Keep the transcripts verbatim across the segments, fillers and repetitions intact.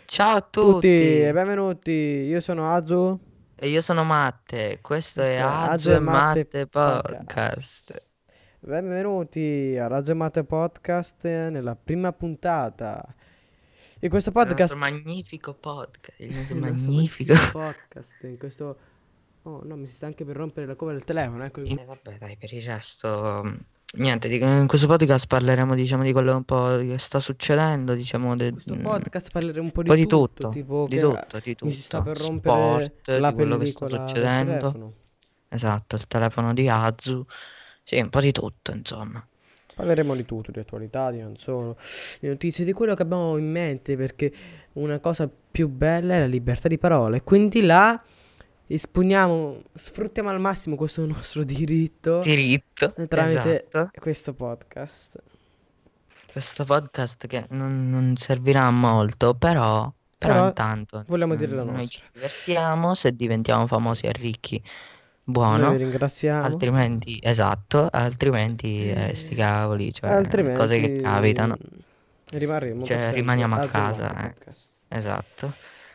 Ciao a Tutti e tutti, benvenuti, io sono Azu, e io sono Matte, questo è questo è Azu Azu e e Matte Matte Podcast, Podcast. Benvenuti a Azu e Matte Podcast nella prima puntata. In questo il nostro podcast, magnifico podcast, il nostro il nostro magnifico... magnifico podcast, in questo... Oh no, mi si sta anche per rompere la cover del telefono, ecco. E vabbè dai, per il resto, mm, niente, di- in questo podcast parleremo diciamo di quello un po' che sta succedendo, diciamo In de- questo mm, un podcast parleremo un po' po' di di tutto, tutto, tipo di che eh, tutto, di mi si sta tutto, per rompere sport, la di quello che sta pellicola del succedendo, telefono. esatto, il telefono di Azu, sì, un po' di tutto, insomma. Parleremo di tutto, di attualità, di non solo, di notizie, di quello che abbiamo in mente, perché una cosa più bella è la libertà di parola. E quindi là esponiamo, sfruttiamo al massimo questo nostro diritto Diritto, eh, tramite esatto. questo podcast. Questo podcast che non, non servirà a molto, però, però Però intanto vogliamo dire mm, la noi ci nostra. divertiamo, se diventiamo famosi e ricchi, Noi vi buono, ringraziamo. altrimenti, esatto, altrimenti eh, sti cavoli, cioè cose che Altrimenti capitano, rimarremo per cioè sempre rimaniamo a azzurmate casa, eh. podcast. Esatto.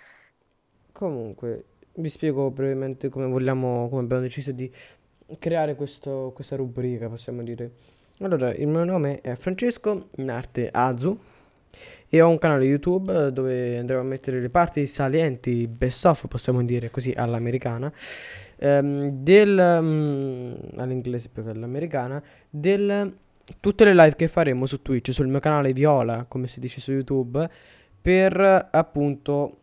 Comunque, vi spiego brevemente come vogliamo, come abbiamo deciso di creare questo- questa rubrica, possiamo dire. Allora, il mio nome è Francesco, in arte Azu, e ho un canale YouTube eh, dove andremo a mettere le parti salienti, best of, possiamo dire così, all'americana, ehm, del, mm, all'inglese più che all'americana, del tutte le live che faremo su Twitch, sul mio canale Viola, come si dice su YouTube, per appunto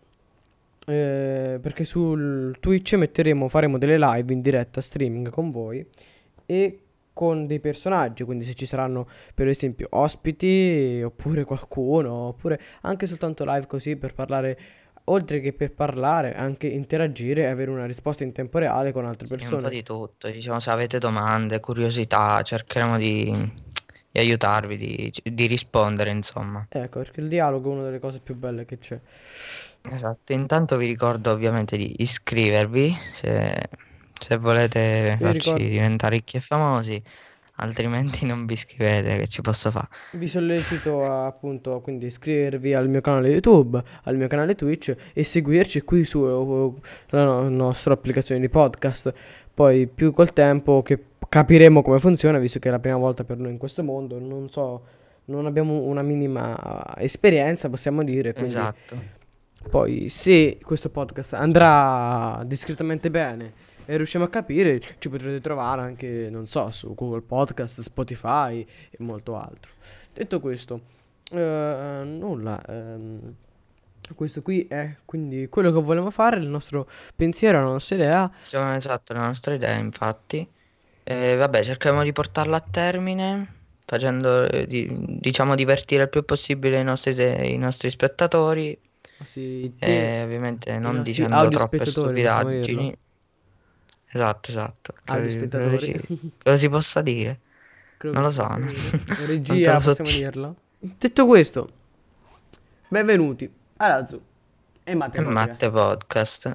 eh, perché sul Twitch metteremo, faremo delle live in diretta streaming con voi e con dei personaggi, quindi se ci saranno per esempio ospiti oppure qualcuno, oppure anche soltanto live così per parlare, oltre che per parlare, anche interagire e avere una risposta in tempo reale con altre Sì, un po' persone. di tutto, diciamo, se avete domande, curiosità, cercheremo di, di aiutarvi, di, di rispondere, insomma. Ecco, perché il dialogo è una delle cose più belle che c'è. Esatto, intanto vi ricordo ovviamente di iscrivervi se, se volete Vi farci ricordo diventare ricchi e famosi, altrimenti non vi iscrivete, che ci posso fare? Vi sollecito a, appunto quindi iscrivervi al mio canale YouTube, al mio canale Twitch e seguirci qui sulla no- nostra applicazione di podcast. Poi più col tempo che capiremo come funziona, visto che è la prima volta per noi in questo mondo, non so, non abbiamo una minima esperienza, possiamo dire, quindi Esatto, poi se questo podcast andrà discretamente bene e riusciamo a capire, ci potrete trovare anche, non so, su Google Podcast, Spotify e molto altro. Detto questo, eh, nulla. ehm, questo qui è quindi quello che vogliamo fare, il nostro pensiero, la nostra idea. diciamo esatto, la nostra idea, infatti. E vabbè, cerchiamo di portarla a termine, facendo, eh, di- diciamo, divertire il più possibile i nostri, i nostri spettatori. Sì, te, E ovviamente i non nostri dicendo audio troppe spettatori, possiamo dirlo. stupidaggini. Esatto, esatto. Audio Credo, credo che spettatori. sì. Cosa si possa dire? Credo Non che lo si so, possa no? dire. Non te Regia, lo so possiamo dire. dirlo. Detto questo, benvenuti alla Zoo e Mate Matte Podcast. Podcast.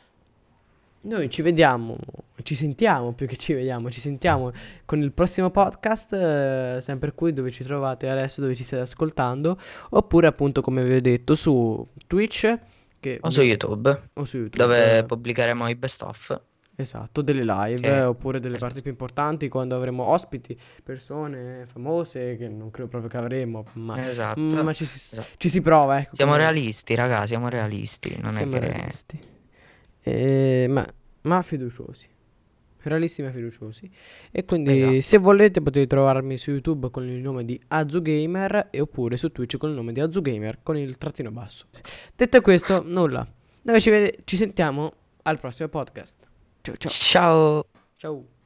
Noi ci vediamo, ci sentiamo più che ci vediamo, ci sentiamo con il prossimo podcast, eh, sempre qui dove ci trovate adesso, dove ci state ascoltando, oppure appunto come vi ho detto su Twitch che O su mi- YouTube, o su YouTube, dove eh, pubblicheremo i best of. esatto, delle live, eh, Che... oppure delle parti Esatto. più importanti quando avremo ospiti, persone famose che non credo proprio che avremo, ma, Esatto. ma ci, si, Esatto. ci si prova, ecco, Siamo come realisti, raga, siamo realisti. Non è siamo che... realisti. Eh, ma, ma fiduciosi. Realissimi e fiduciosi. E quindi Esatto. se volete potete trovarmi su YouTube con il nome di AzuGamer e oppure su Twitch con il nome di AzuGamer con il trattino basso. Detto questo, nulla. Noi ci, vede- ci sentiamo al prossimo podcast. Ciao ciao. Ciao. Ciao.